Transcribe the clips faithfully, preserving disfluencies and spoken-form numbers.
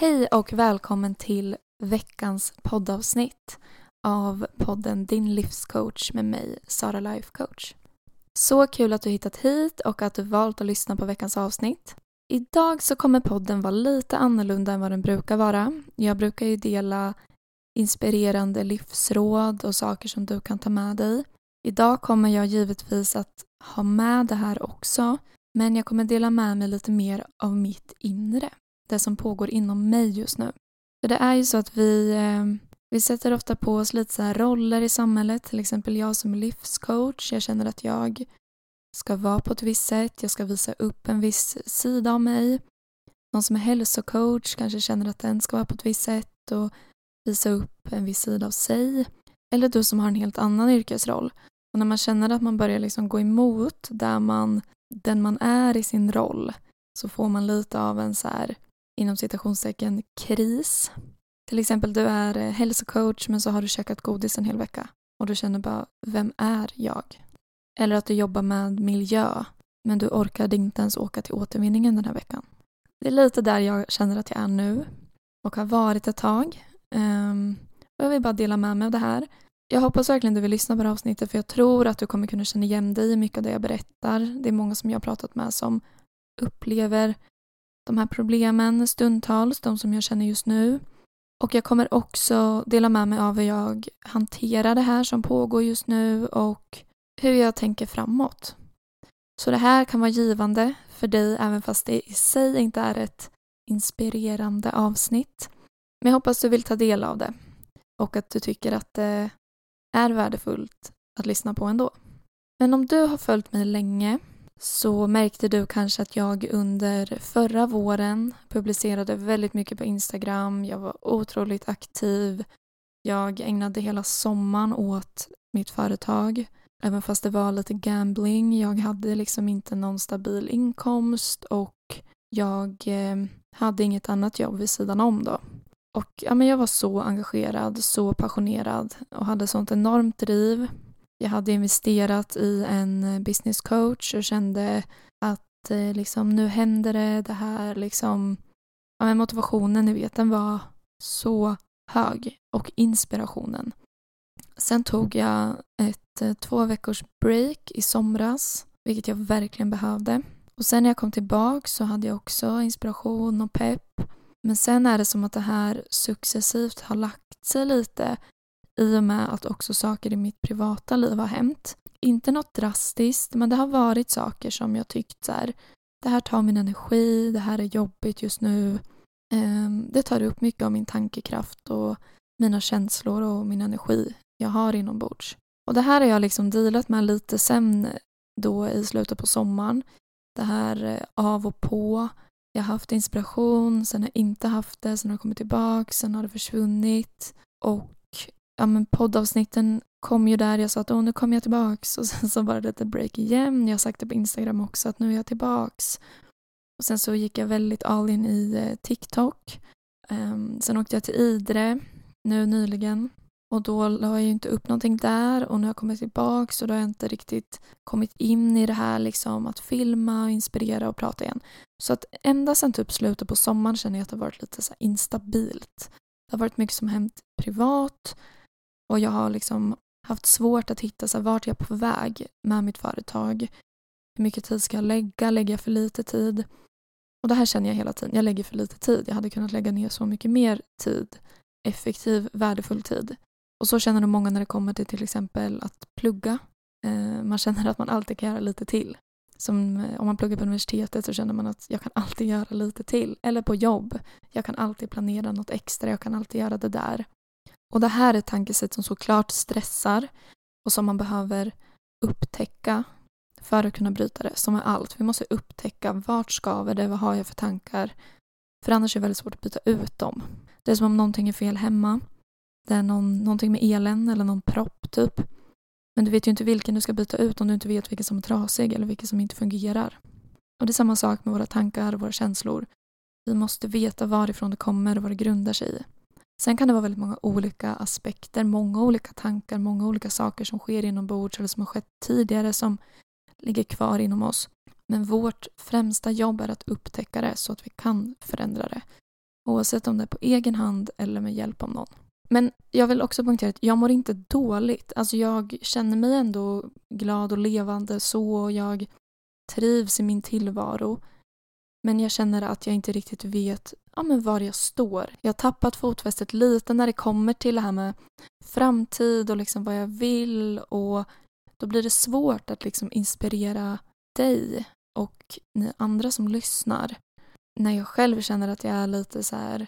Hej och välkommen till veckans poddavsnitt av podden Din livscoach med mig, Sara Life Coach. Så kul att du hittat hit och att du valt att lyssna på veckans avsnitt. Idag så kommer podden vara lite annorlunda än vad den brukar vara. Jag brukar ju dela inspirerande livsråd och saker som du kan ta med dig. Idag kommer jag givetvis att ha med det här också, men jag kommer dela med mig lite mer av mitt inre. Det som pågår inom mig just nu. För det är ju så att vi, eh, vi sätter ofta på oss lite så här roller i samhället. Till exempel jag som är livscoach. Jag känner att jag ska vara på ett visst sätt. Jag ska visa upp en viss sida av mig. Någon som är hälsocoach kanske känner att den ska vara på ett visst sätt och visa upp en viss sida av sig. Eller du som har en helt annan yrkesroll. Och när man känner att man börjar liksom gå emot där man, den man är i sin roll, så får man lite av en så här, inom citationstecken, kris. Till exempel du är hälsocoach men så har du käkat godis en hel vecka och du känner bara, vem är jag? Eller att du jobbar med miljö men du orkade inte ens åka till återvinningen den här veckan. Det är lite där jag känner att jag är nu och har varit ett tag. Um, och jag vill bara dela med mig av det här. Jag hoppas verkligen du vill lyssna på det här avsnittet, för jag tror att du kommer kunna känna igen dig i mycket av det jag berättar. Det är många som jag har pratat med som upplever de här problemen stundtals, de som jag känner just nu. Och jag kommer också dela med mig av hur jag hanterar det här som pågår just nu och hur jag tänker framåt. Så det här kan vara givande för dig även fast det i sig inte är ett inspirerande avsnitt. Men jag hoppas du vill ta del av det och att du tycker att det är värdefullt att lyssna på ändå. Men om du har följt mig länge så märkte du kanske att jag under förra våren publicerade väldigt mycket på Instagram. Jag var otroligt aktiv. Jag ägnade hela sommaren åt mitt företag. Även fast det var lite gambling. Jag hade liksom inte någon stabil inkomst och jag eh, hade inget annat jobb vid sidan om då. Och ja, men jag var så engagerad, så passionerad och hade sånt enormt driv. Jag hade investerat i en business coach och kände att eh, liksom, nu händer det, det här liksom, ja, men motivationen, ni vet, den var så hög och inspirationen. Sen tog jag ett eh, två veckors break i somras, vilket jag verkligen behövde. Och sen när jag kom tillbaka så hade jag också inspiration och pepp. Men sen är det som att det här successivt har lagt sig lite i och med att också saker i mitt privata liv har hänt. Inte något drastiskt, men det har varit saker som jag tyckt så här, det här tar min energi, det här är jobbigt just nu. Det tar upp mycket av min tankekraft och mina känslor och min energi jag har inombords. Och det här har jag liksom dealat med lite sen då i slutet på sommaren. Det här av och på. Jag har haft inspiration, sen har jag inte haft det, sen har jag kommit tillbaka, sen har det försvunnit. Och ja, men poddavsnitten kom ju där, jag sa att åh, nu kommer jag tillbaks. Och sen så var det lite break igen. Jag har sagt det på Instagram också att nu är jag tillbaks. Och sen så gick jag väldigt all in i eh, TikTok. Um, sen åkte jag till Idre nu nyligen. Och då la jag ju inte upp någonting där. Och nu har jag kommit tillbaks och då har jag inte riktigt kommit in i det här liksom att filma och inspirera och prata igen. Så att ända sen typ slutet på sommaren känner jag att det har varit lite så här instabilt. Det har varit mycket som hänt privat. Och jag har liksom haft svårt att hitta så här, vart jag är på väg med mitt företag. Hur mycket tid ska jag lägga? Lägger jag för lite tid? Och det här känner jag hela tiden. Jag lägger för lite tid. Jag hade kunnat lägga ner så mycket mer tid. Effektiv, värdefull tid. Och så känner de många när det kommer till till exempel att plugga. Eh, man känner att man alltid kan göra lite till. Som eh, om man pluggar på universitetet så känner man att jag kan alltid göra lite till. Eller på jobb. Jag kan alltid planera något extra. Jag kan alltid göra det där. Och det här är ett tankesätt som såklart stressar. Och som man behöver upptäcka för att kunna bryta det. Som är allt. Vi måste upptäcka vart skaver det. Vad har jag för tankar? För annars är det väldigt svårt att byta ut dem. Det är som om någonting är fel hemma. Det är någon, någonting med elen eller någon propp typ. Men du vet ju inte vilken du ska byta ut om du inte vet vilken som är trasig eller vilken som inte fungerar. Och det är samma sak med våra tankar och våra känslor. Vi måste veta varifrån det kommer och vad det grundar sig i. Sen kan det vara väldigt många olika aspekter, många olika tankar, många olika saker som sker inombords eller som har skett tidigare som ligger kvar inom oss. Men vårt främsta jobb är att upptäcka det så att vi kan förändra det. Oavsett om det är på egen hand eller med hjälp av någon. Men jag vill också poängtera att jag mår inte dåligt. Alltså jag känner mig ändå glad och levande så. Jag trivs i min tillvaro. Men jag känner att jag inte riktigt vet ja, men var jag står. Jag har tappat fotfästet lite när det kommer till det här med framtid och liksom vad jag vill. Och då blir det svårt att liksom inspirera dig och ni andra som lyssnar. När jag själv känner att jag är lite så här,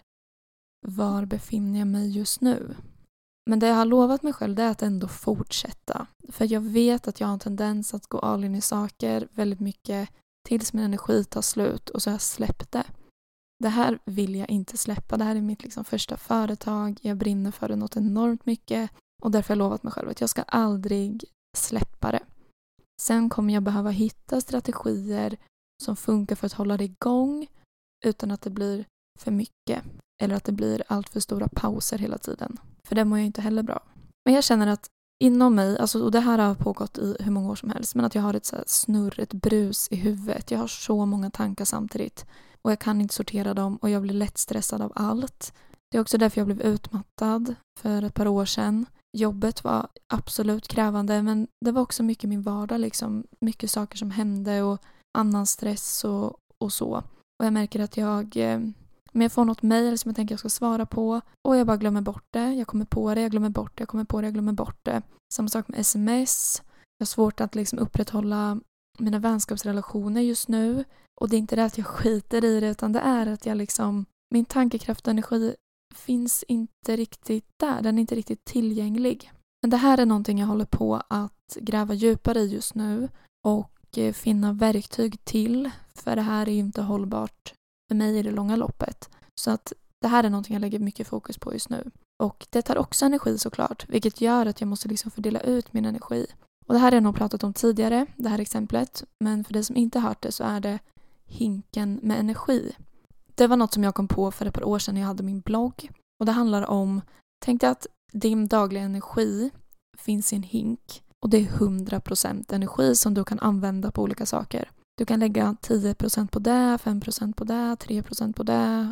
var befinner jag mig just nu? Men det jag har lovat mig själv det är att ändå fortsätta. För jag vet att jag har en tendens att gå all in i saker väldigt mycket tills min energi tar slut och så har jag släppt det. Det här vill jag inte släppa. Det här är mitt liksom första företag. Jag brinner för det något enormt mycket och därför har jag lovat mig själv att jag ska aldrig släppa det. Sen kommer jag behöva hitta strategier som funkar för att hålla det igång utan att det blir för mycket eller att det blir allt för stora pauser hela tiden. För det mår jag inte heller bra. Men jag känner att inom mig, alltså, och det här har pågått i hur många år som helst, men att jag har ett så här snurr, ett brus i huvudet. Jag har så många tankar samtidigt och jag kan inte sortera dem och jag blir lätt stressad av allt. Det är också därför jag blev utmattad för ett par år sedan. Jobbet var absolut krävande men det var också mycket min vardag, liksom. Mycket saker som hände och annan stress och, och så. Och jag märker att jag, eh, men jag får något mejl som jag tänker jag ska svara på och jag bara glömmer bort det. Jag kommer på det, jag glömmer bort det, jag kommer på det, jag glömmer bort det. Samma sak med sms. Jag har svårt att liksom upprätthålla mina vänskapsrelationer just nu. Och det är inte det att jag skiter i det utan det är att jag liksom, min tankekraft och energi finns inte riktigt där. Den är inte riktigt tillgänglig. Men det här är någonting jag håller på att gräva djupare i just nu och finna verktyg till. För det här är ju inte hållbart för mig i det långa loppet. Så att det här är någonting jag lägger mycket fokus på just nu. Och det tar också energi såklart, vilket gör att jag måste liksom fördela ut min energi. Och det här har jag nog pratat om tidigare, det här exemplet. Men för dig som inte hört det så är det hinken med energi. Det var något som jag kom på för ett par år sedan när jag hade min blogg. Och det handlar om, tänk dig att din dagliga energi finns i en hink. Och det är hundra procent energi som du kan använda på olika saker. Du kan lägga tio procent på det, fem procent på det, tre procent på det,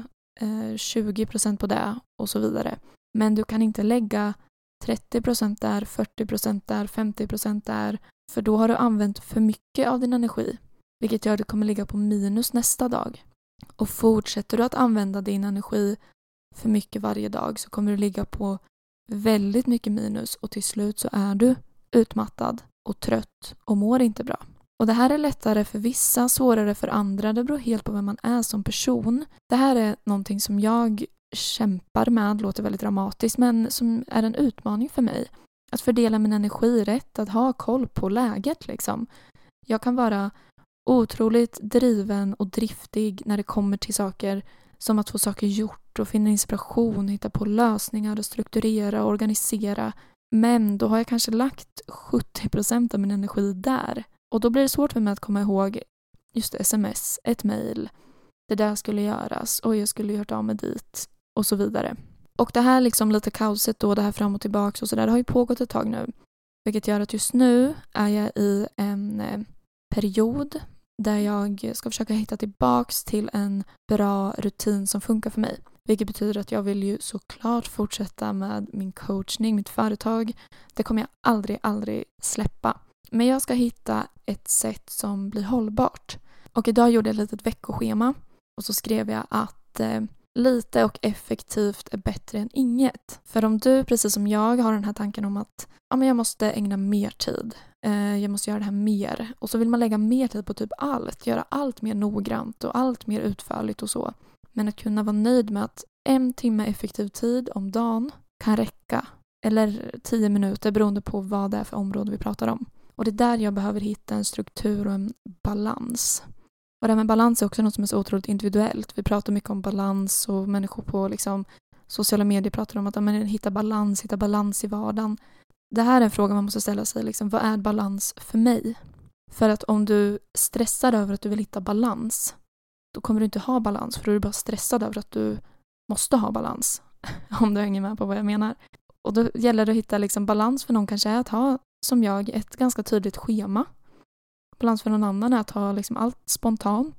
tjugo procent på det och så vidare. Men du kan inte lägga trettio procent där, fyrtio procent där, femtio procent där. För då har du använt för mycket av din energi. Vilket gör att du kommer ligga på minus nästa dag. Och fortsätter du att använda din energi för mycket varje dag så kommer du ligga på väldigt mycket minus. Och till slut så är du utmattad och trött och mår inte bra. Och det här är lättare för vissa, svårare för andra. Det beror helt på vem man är som person. Det här är någonting som jag kämpar med, låter väldigt dramatiskt, men som är en utmaning för mig. Att fördela min energi rätt, att ha koll på läget liksom. Jag kan vara otroligt driven och driftig när det kommer till saker som att få saker gjort och finna inspiration, hitta på lösningar och strukturera och organisera. Men då har jag kanske lagt sjuttio procent av min energi där. Och då blir det svårt för mig att komma ihåg just det, sms, ett mejl. Det där skulle göras och jag skulle gjort av mig dit och så vidare. Och det här liksom lite kaoset då, det här fram och tillbaka och sådär, det har ju pågått ett tag nu. Vilket gör att just nu är jag i en eh, period där jag ska försöka hitta tillbaks till en bra rutin som funkar för mig. Vilket betyder att jag vill ju såklart fortsätta med min coachning, mitt företag. Det kommer jag aldrig, aldrig släppa. Men jag ska hitta ett sätt som blir hållbart. Och idag gjorde jag ett litet veckoschema. Och så skrev jag att eh, lite och effektivt är bättre än inget. För om du, precis som jag, har den här tanken om att ja, men jag måste ägna mer tid. Eh, jag måste göra det här mer. Och så vill man lägga mer tid på typ allt. Göra allt mer noggrant och allt mer utförligt och så. Men att kunna vara nöjd med att en timme effektiv tid om dagen kan räcka. Eller tio minuter beroende på vad det är för område vi pratar om. Och det är där jag behöver hitta en struktur och en balans. Och det här med balans är också något som är så otroligt individuellt. Vi pratar mycket om balans och människor på liksom sociala medier pratar om att men, hitta balans, hitta balans i vardagen. Det här är en fråga man måste ställa sig. Liksom, vad är balans för mig? För att om du stressar över att du vill hitta balans, då kommer du inte ha balans. För då är du bara stressad över att du måste ha balans. Om du hänger med på vad jag menar. Och då gäller det att hitta liksom balans för någon kanske är att ha, som jag, ett ganska tydligt schema. Balans för någon annan är att ha liksom allt spontant.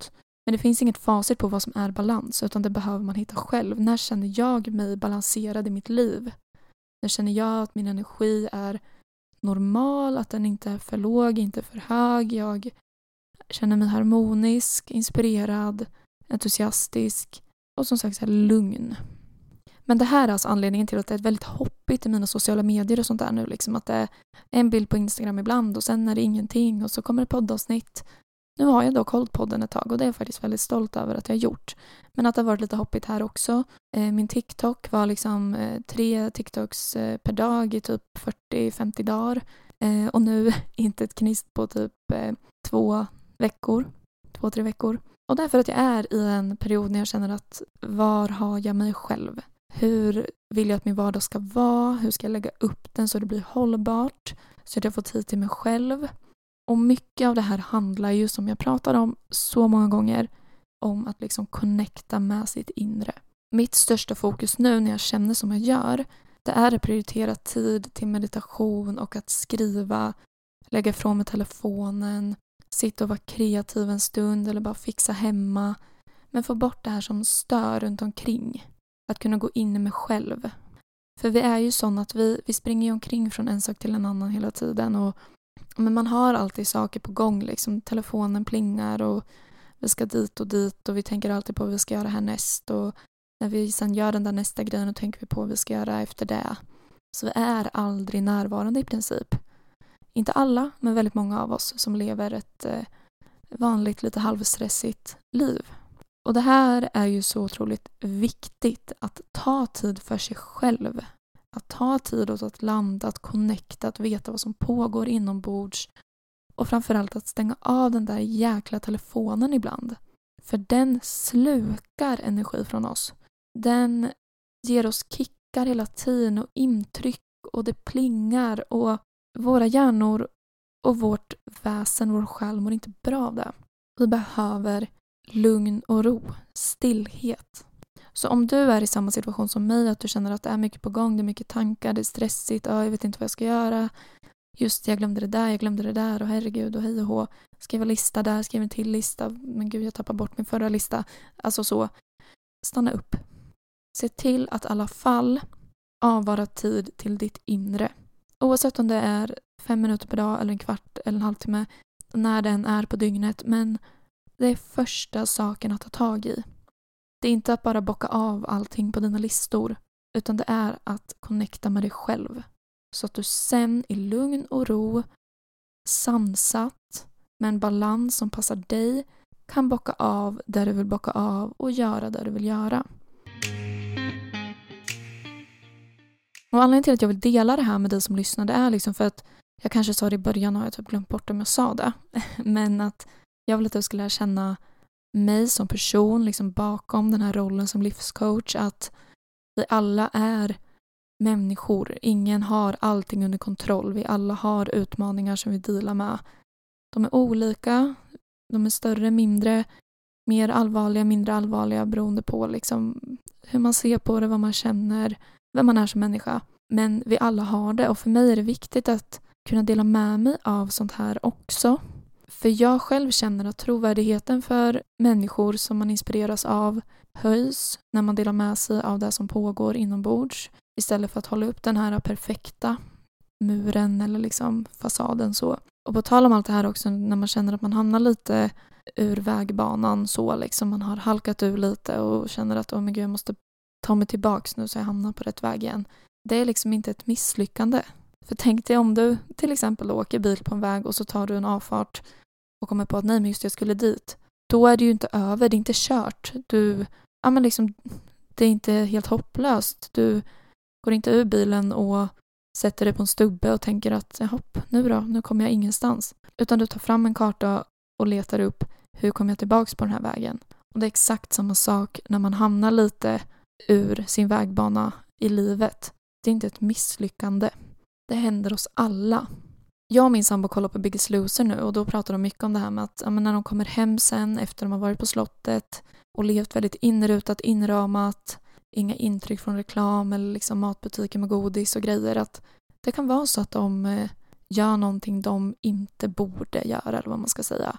Men det finns inget facit på vad som är balans, utan det behöver man hitta själv. När känner jag mig balanserad i mitt liv? När känner jag att min energi är normal, att den inte är för låg, inte för hög. Jag känner mig harmonisk, inspirerad, entusiastisk och som sagt så här lugn. Men det här är alltså anledningen till att det är väldigt hoppigt i mina sociala medier och sånt där nu. Liksom att det är en bild på Instagram ibland och sen är det ingenting och så kommer det poddavsnitt. Nu har jag dock hållit podden ett tag och det är jag faktiskt väldigt stolt över att jag har gjort. Men att det har varit lite hoppigt här också. Eh, min TikTok var liksom eh, tre TikToks eh, per dag i typ fyrtio till femtio dagar. Eh, och nu inte ett knist på typ eh, två veckor. Två, tre veckor. Och därför att jag är i en period när jag känner att var har jag mig själv? Hur vill jag att min vardag ska vara? Hur ska jag lägga upp den så det blir hållbart? Så att jag får tid till mig själv. Och mycket av det här handlar ju, som jag pratar om så många gånger, om att liksom connecta med sitt inre. Mitt största fokus nu när jag känner som jag gör, det är att prioritera tid till meditation och att skriva, lägga ifrån mig telefonen, sitta och vara kreativ en stund eller bara fixa hemma. Men få bort det här som stör runt omkring. Att kunna gå in i mig själv. För vi är ju sådana att vi, vi springer ju omkring från en sak till en annan hela tiden. Och, men man har alltid saker på gång. Liksom. Telefonen plingar och vi ska dit och dit. Och vi tänker alltid på vad vi ska göra härnäst. Och när vi sen gör den där nästa grejen och tänker vi på vad vi ska göra efter det. Så vi är aldrig närvarande i princip. Inte alla, men väldigt många av oss som lever ett eh, vanligt, lite halvstressigt liv. Och det här är ju så otroligt viktigt, att ta tid för sig själv. Att ta tid åt att landa, att connecta, att veta vad som pågår inombords. Och framförallt att stänga av den där jäkla telefonen ibland. För den slukar energi från oss. Den ger oss kickar hela tiden och intryck och det plingar och våra hjärnor och vårt väsen, vår själ mår inte bra av det. Vi behöver lugn och ro, stillhet. Så om du är i samma situation som mig, att du känner att det är mycket på gång, det är mycket tankar, det är stressigt, jag vet inte vad jag ska göra. Just jag glömde det där, jag glömde det där och herregud och hej och hå. Skriva lista där, skriva en till lista. Men gud, jag tappar bort min förra lista. Alltså så, stanna upp. Se till att i alla fall avvara tid till ditt inre. Oavsett om det är fem minuter per dag eller en kvart eller en halvtimme, när den är på dygnet. Men det är första saken att ta tag i. Det är inte att bara bocka av allting på dina listor, utan det är att connecta med dig själv. Så att du sen i lugn och ro, sansat, med en balans som passar dig, kan bocka av där du vill bocka av och göra där du vill göra. Och anledningen till att jag vill dela det här med dig som lyssnar, det är liksom för att jag kanske sa det i början och jag har typ glömt bort om jag sa det. Men att jag vill att du ska lära känna mig som person liksom bakom den här rollen som livscoach. Att vi alla är människor. Ingen har allting under kontroll. Vi alla har utmaningar som vi dealar med. De är olika. De är större, mindre, mer allvarliga, mindre allvarliga beroende på liksom hur man ser på det, vad man känner, vem man är som människa. Men vi alla har det, och för mig är det viktigt att kunna dela med mig av sånt här också. För jag själv känner att trovärdigheten för människor som man inspireras av höjs när man delar med sig av det som pågår inombords. Istället för att hålla upp den här perfekta muren eller liksom fasaden så. Och på tal om allt det här också, när man känner att man hamnar lite ur vägbanan så liksom, man har halkat ur lite och känner att åh men gud, jag måste ta mig tillbaks nu så jag hamnar på rätt väg igen. Det är liksom inte ett misslyckande. För tänk dig om du till exempel åker bil på en väg och så tar du en avfart och kommer på att nej men just jag skulle dit. Då är det ju inte över, det är inte kört. Du, ja men liksom, det är inte helt hopplöst. Du går inte ur bilen och sätter dig på en stubbe och tänker att hopp, nu då, nu kommer jag ingenstans. Utan du tar fram en karta och letar upp hur kommer jag tillbaks på den här vägen. Och det är exakt samma sak när man hamnar lite ur sin vägbana i livet. Det är inte ett misslyckande. Det händer oss alla. Jag och min sambo kollar på Biggest Loser nu och då pratar de mycket om det här med att ja, men när de kommer hem sen efter de har varit på slottet och levt väldigt inrutat, inramat, inga intryck från reklam eller liksom matbutiker med godis och grejer, att det kan vara så att de eh, gör någonting de inte borde göra eller vad man ska säga.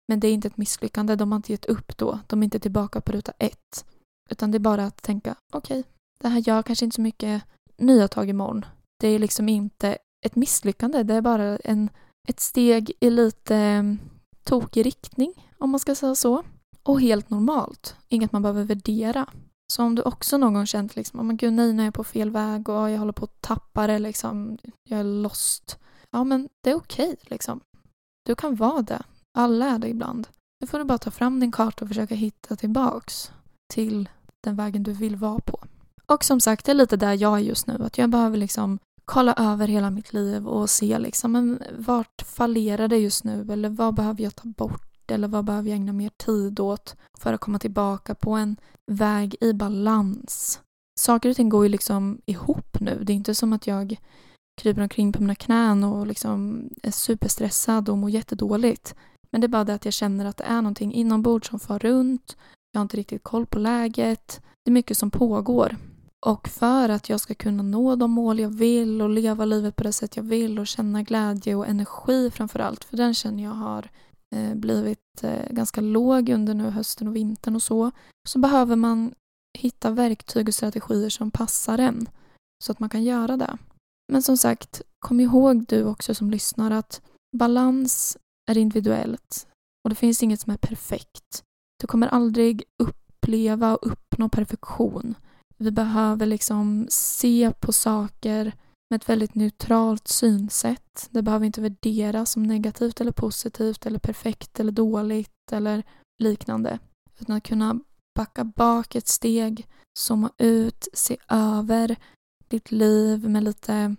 Men det är inte ett misslyckande. De har inte gett upp då. De är inte tillbaka på ruta ett. Utan det är bara att tänka, okej, okay, det här gör kanske inte så mycket nya tag imorgon. Det är liksom inte ett misslyckande. Det är bara en, ett steg i lite tokig riktning, om man ska säga så. Och helt normalt. Inget man behöver värdera. Så om du också någon gång känt liksom, oh men gud nej, nu är jag på fel väg och jag håller på att tappa det liksom, jag är lost. Ja men det är okej okay, liksom. Du kan vara det. Alla är det ibland. Nu får du bara ta fram din karta och försöka hitta tillbaks till den vägen du vill vara på. Och som sagt, det är lite där jag är just nu. Att jag behöver liksom kolla över hela mitt liv och se liksom, men vart fallerar det just nu? Eller vad behöver jag ta bort? Eller vad behöver jag ägna mer tid åt för att komma tillbaka på en väg i balans? Saker och ting går ju liksom ihop nu. Det är inte som att jag kryper omkring på mina knän och liksom är superstressad och mår jättedåligt. Men det är bara det att jag känner att det är någonting inombords som far runt. Jag har inte riktigt koll på läget. Det är mycket som pågår. Och för att jag ska kunna nå de mål jag vill och leva livet på det sätt jag vill och känna glädje och energi framförallt, för den känner jag har eh, blivit eh, ganska låg under nu hösten och vintern och så, så behöver man hitta verktyg och strategier som passar en så att man kan göra det. Men som sagt, kom ihåg du också som lyssnar att balans är individuellt och det finns inget som är perfekt. Du kommer aldrig uppleva och uppnå perfektion. Vi behöver liksom se på saker med ett väldigt neutralt synsätt. Det behöver inte värderas som negativt eller positivt eller perfekt eller dåligt eller liknande. Utan att kunna backa bak ett steg, zooma ut, se över ditt liv med lite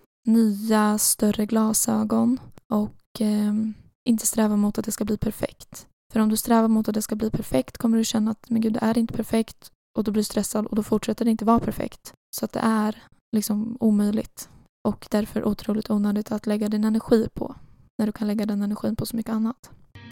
nya, större glasögon och eh, inte sträva mot att det ska bli perfekt. För om du strävar mot att det ska bli perfekt kommer du känna att men gud, det är inte perfekt. Och då blir du stressad och då fortsätter det inte vara perfekt. Så att det är liksom omöjligt. Och därför otroligt onödigt att lägga din energi på. När du kan lägga den energin på så mycket annat.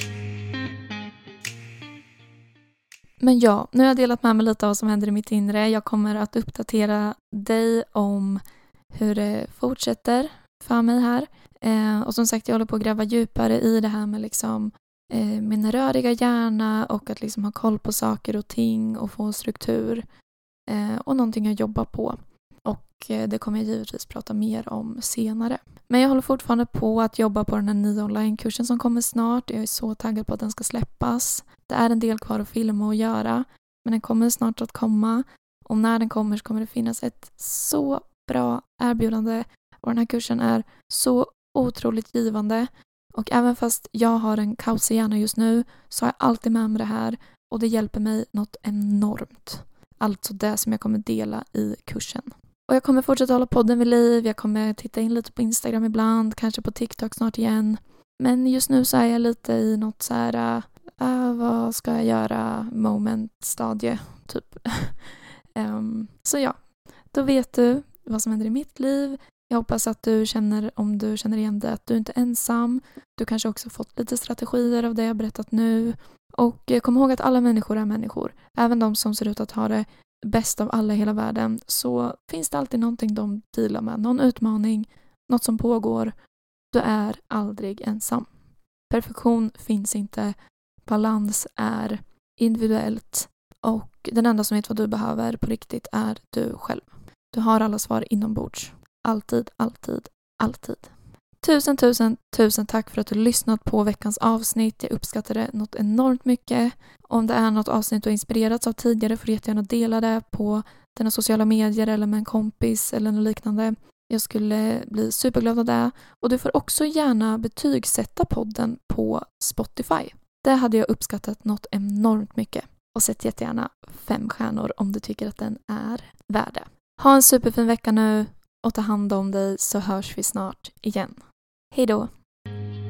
Men ja, nu har jag delat med mig lite av vad som händer i mitt inre. Jag kommer att uppdatera dig om hur det fortsätter för mig här. Eh, och som sagt, jag håller på att gräva djupare i det här med liksom eh, min röriga hjärna och att liksom ha koll på saker och ting och få en struktur. Eh, och någonting jag jobbar på. Och eh, det kommer jag givetvis prata mer om senare. Men jag håller fortfarande på att jobba på den här nya onlinekursen som kommer snart. Jag är så taggad på att den ska släppas. Det är en del kvar att filma och göra. Men den kommer snart att komma. Och när den kommer så kommer det finnas ett så bra erbjudande. Och den här kursen är så otroligt givande. Och även fast jag har en kaosig hjärna just nu så har jag alltid med mig det här. Och det hjälper mig något enormt. Alltså det som jag kommer dela i kursen. Och jag kommer fortsätta hålla podden vid liv. Jag kommer titta in lite på Instagram ibland. Kanske på TikTok snart igen. Men just nu så är jag lite i något så här... Uh, vad ska jag göra? Moment-stadie, typ. um, så ja, då vet du vad som händer i mitt liv. Jag hoppas att du känner, om du känner igen det, att du inte är ensam. Du kanske också fått lite strategier av det jag berättat nu. Och kom ihåg att alla människor är människor. Även de som ser ut att ha det bäst av alla i hela världen. Så finns det alltid någonting de dealar med. Någon utmaning, något som pågår. Du är aldrig ensam. Perfektion finns inte. Balans är individuellt. Och den enda som vet vad du behöver på riktigt är du själv. Du har alla svar inombords. Alltid, alltid, alltid. Tusen, tusen, tusen tack för att du lyssnat på veckans avsnitt. Jag uppskattar det något enormt mycket. Om det är något avsnitt du har inspirerats av tidigare får du jättegärna dela det på dina sociala medier eller med en kompis eller något liknande. Jag skulle bli superglad av det. Och du får också gärna betygsätta podden på Spotify. Det hade jag uppskattat något enormt mycket. Och sätt jättegärna fem stjärnor om du tycker att den är värd det. Ha en superfin vecka nu och ta hand om dig så hörs vi snart igen. Hej då!